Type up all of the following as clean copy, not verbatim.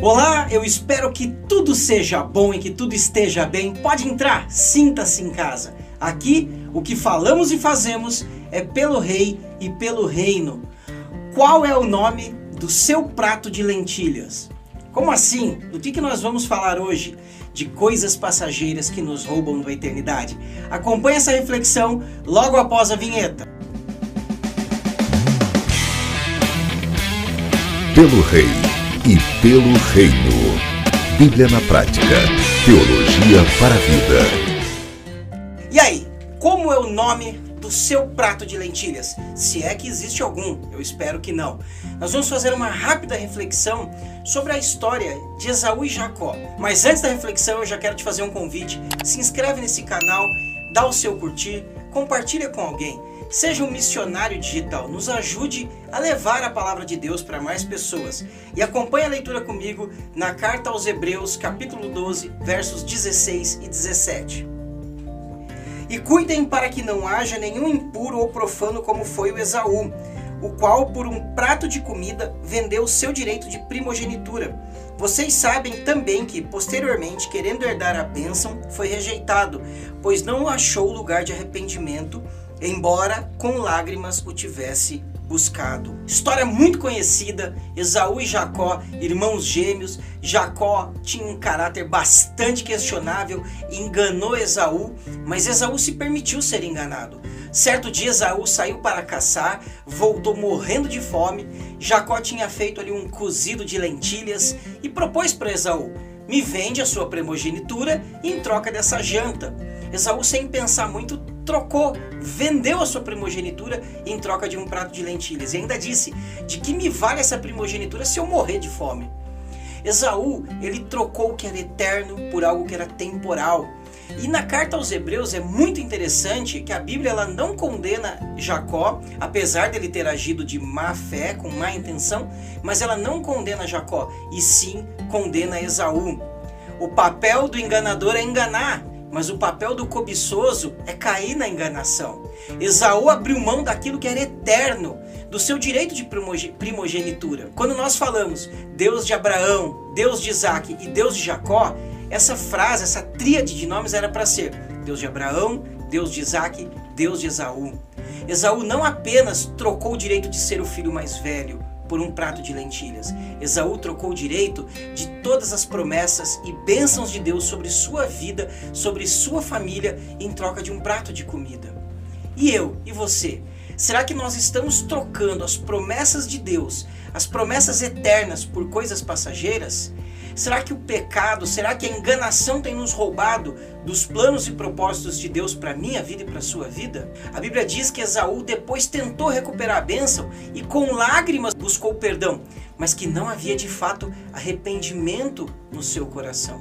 Olá, eu espero que tudo seja bom e que tudo esteja bem. Pode entrar, sinta-se em casa. Aqui, o que falamos e fazemos é pelo Rei e pelo Reino. Qual é o nome do seu prato de lentilhas? Como assim? Do que nós vamos falar hoje? De coisas passageiras que nos roubam da eternidade. Acompanhe essa reflexão logo após a vinheta. Pelo Rei e pelo Reino. Bíblia na prática. Teologia para a vida. E aí, como é o nome do seu prato de lentilhas? Se é que existe algum, eu espero que não. Nós vamos fazer uma rápida reflexão sobre a história de Esaú e Jacó. Mas antes da reflexão, eu já quero te fazer um convite. Se inscreve nesse canal, dá o seu curtir, compartilha com alguém. Seja um missionário digital, nos ajude a levar a palavra de Deus para mais pessoas. E acompanhe a leitura comigo na carta aos Hebreus, capítulo 12, versos 16 e 17. E cuidem para que não haja nenhum impuro ou profano como foi o Esaú, o qual por um prato de comida vendeu o seu direito de primogenitura. Vocês sabem também que, posteriormente, querendo herdar a bênção, foi rejeitado, pois não achou lugar de arrependimento, embora com lágrimas o tivesse buscado. História muito conhecida, Esaú e Jacó, irmãos gêmeos. Jacó tinha um caráter bastante questionável, enganou Esaú, mas Esaú se permitiu ser enganado. Certo dia Esaú saiu para caçar, voltou morrendo de fome. Jacó tinha feito ali um cozido de lentilhas e propôs para Esaú: me vende a sua primogenitura em troca dessa janta. Esaú, sem pensar muito, trocou, vendeu a sua primogenitura em troca de um prato de lentilhas. E ainda disse: de que me vale essa primogenitura se eu morrer de fome? Esaú, ele trocou o que era eterno por algo que era temporal. E na carta aos Hebreus é muito interessante que a Bíblia ela não condena Jacó, apesar dele ter agido de má fé, com má intenção, mas ela não condena Jacó, e sim condena Esaú. O papel do enganador é enganar, mas o papel do cobiçoso é cair na enganação. Esaú abriu mão daquilo que era eterno, do seu direito de primogenitura. Quando nós falamos Deus de Abraão, Deus de Isaac e Deus de Jacó, essa frase, essa tríade de nomes era para ser Deus de Abraão, Deus de Isaac, Deus de Esaú. Esaú não apenas trocou o direito de ser o filho mais velho por um prato de lentilhas. Esaú trocou o direito de todas as promessas e bênçãos de Deus sobre sua vida, sobre sua família, em troca de um prato de comida. E eu, e você? Será que nós estamos trocando as promessas de Deus, as promessas eternas, por coisas passageiras? Será que o pecado, será que a enganação tem nos roubado dos planos e propósitos de Deus para a minha vida e para a sua vida? A Bíblia diz que Esaú depois tentou recuperar a bênção e com lágrimas buscou perdão, mas que não havia de fato arrependimento no seu coração.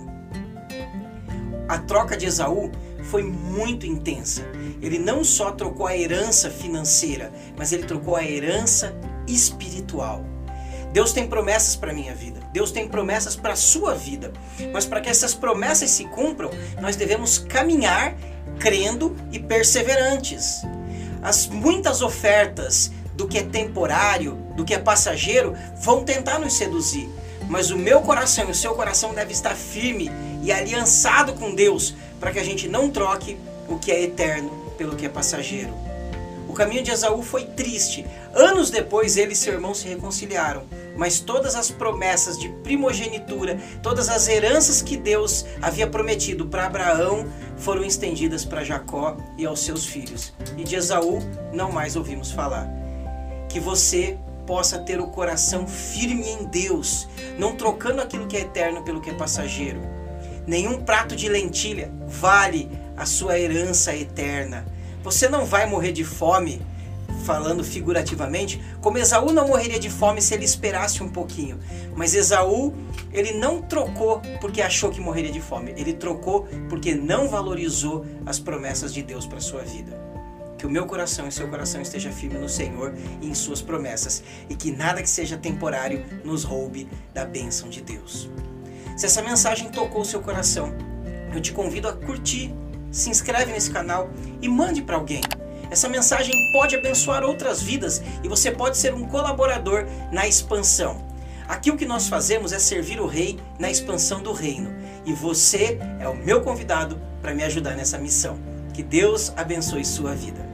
A troca de Esaú foi muito intensa. Ele não só trocou a herança financeira, mas ele trocou a herança espiritual. Deus tem promessas para a minha vida, Deus tem promessas para a sua vida, mas para que essas promessas se cumpram, nós devemos caminhar crendo e perseverantes. As muitas ofertas do que é temporário, do que é passageiro, vão tentar nos seduzir, mas o meu coração e o seu coração deve estar firme e aliançado com Deus, para que a gente não troque o que é eterno pelo que é passageiro. O caminho de Esaú foi triste. Anos depois, ele e seu irmão se reconciliaram. Mas todas as promessas de primogenitura, todas as heranças que Deus havia prometido para Abraão, foram estendidas para Jacó e aos seus filhos. E de Esaú, não mais ouvimos falar. Que você possa ter o coração firme em Deus, não trocando aquilo que é eterno pelo que é passageiro. Nenhum prato de lentilha vale a sua herança eterna. Você não vai morrer de fome, falando figurativamente, como Esaú não morreria de fome se ele esperasse um pouquinho. Mas Esaú, ele não trocou porque achou que morreria de fome. Ele trocou porque não valorizou as promessas de Deus para a sua vida. Que o meu coração e seu coração esteja firme no Senhor e em suas promessas. E que nada que seja temporário nos roube da bênção de Deus. Se essa mensagem tocou o seu coração, eu te convido a curtir, se inscreve nesse canal e mande para alguém. Essa mensagem pode abençoar outras vidas e você pode ser um colaborador na expansão. Aqui o que nós fazemos é servir o Rei na expansão do reino. E você é o meu convidado para me ajudar nessa missão. Que Deus abençoe sua vida.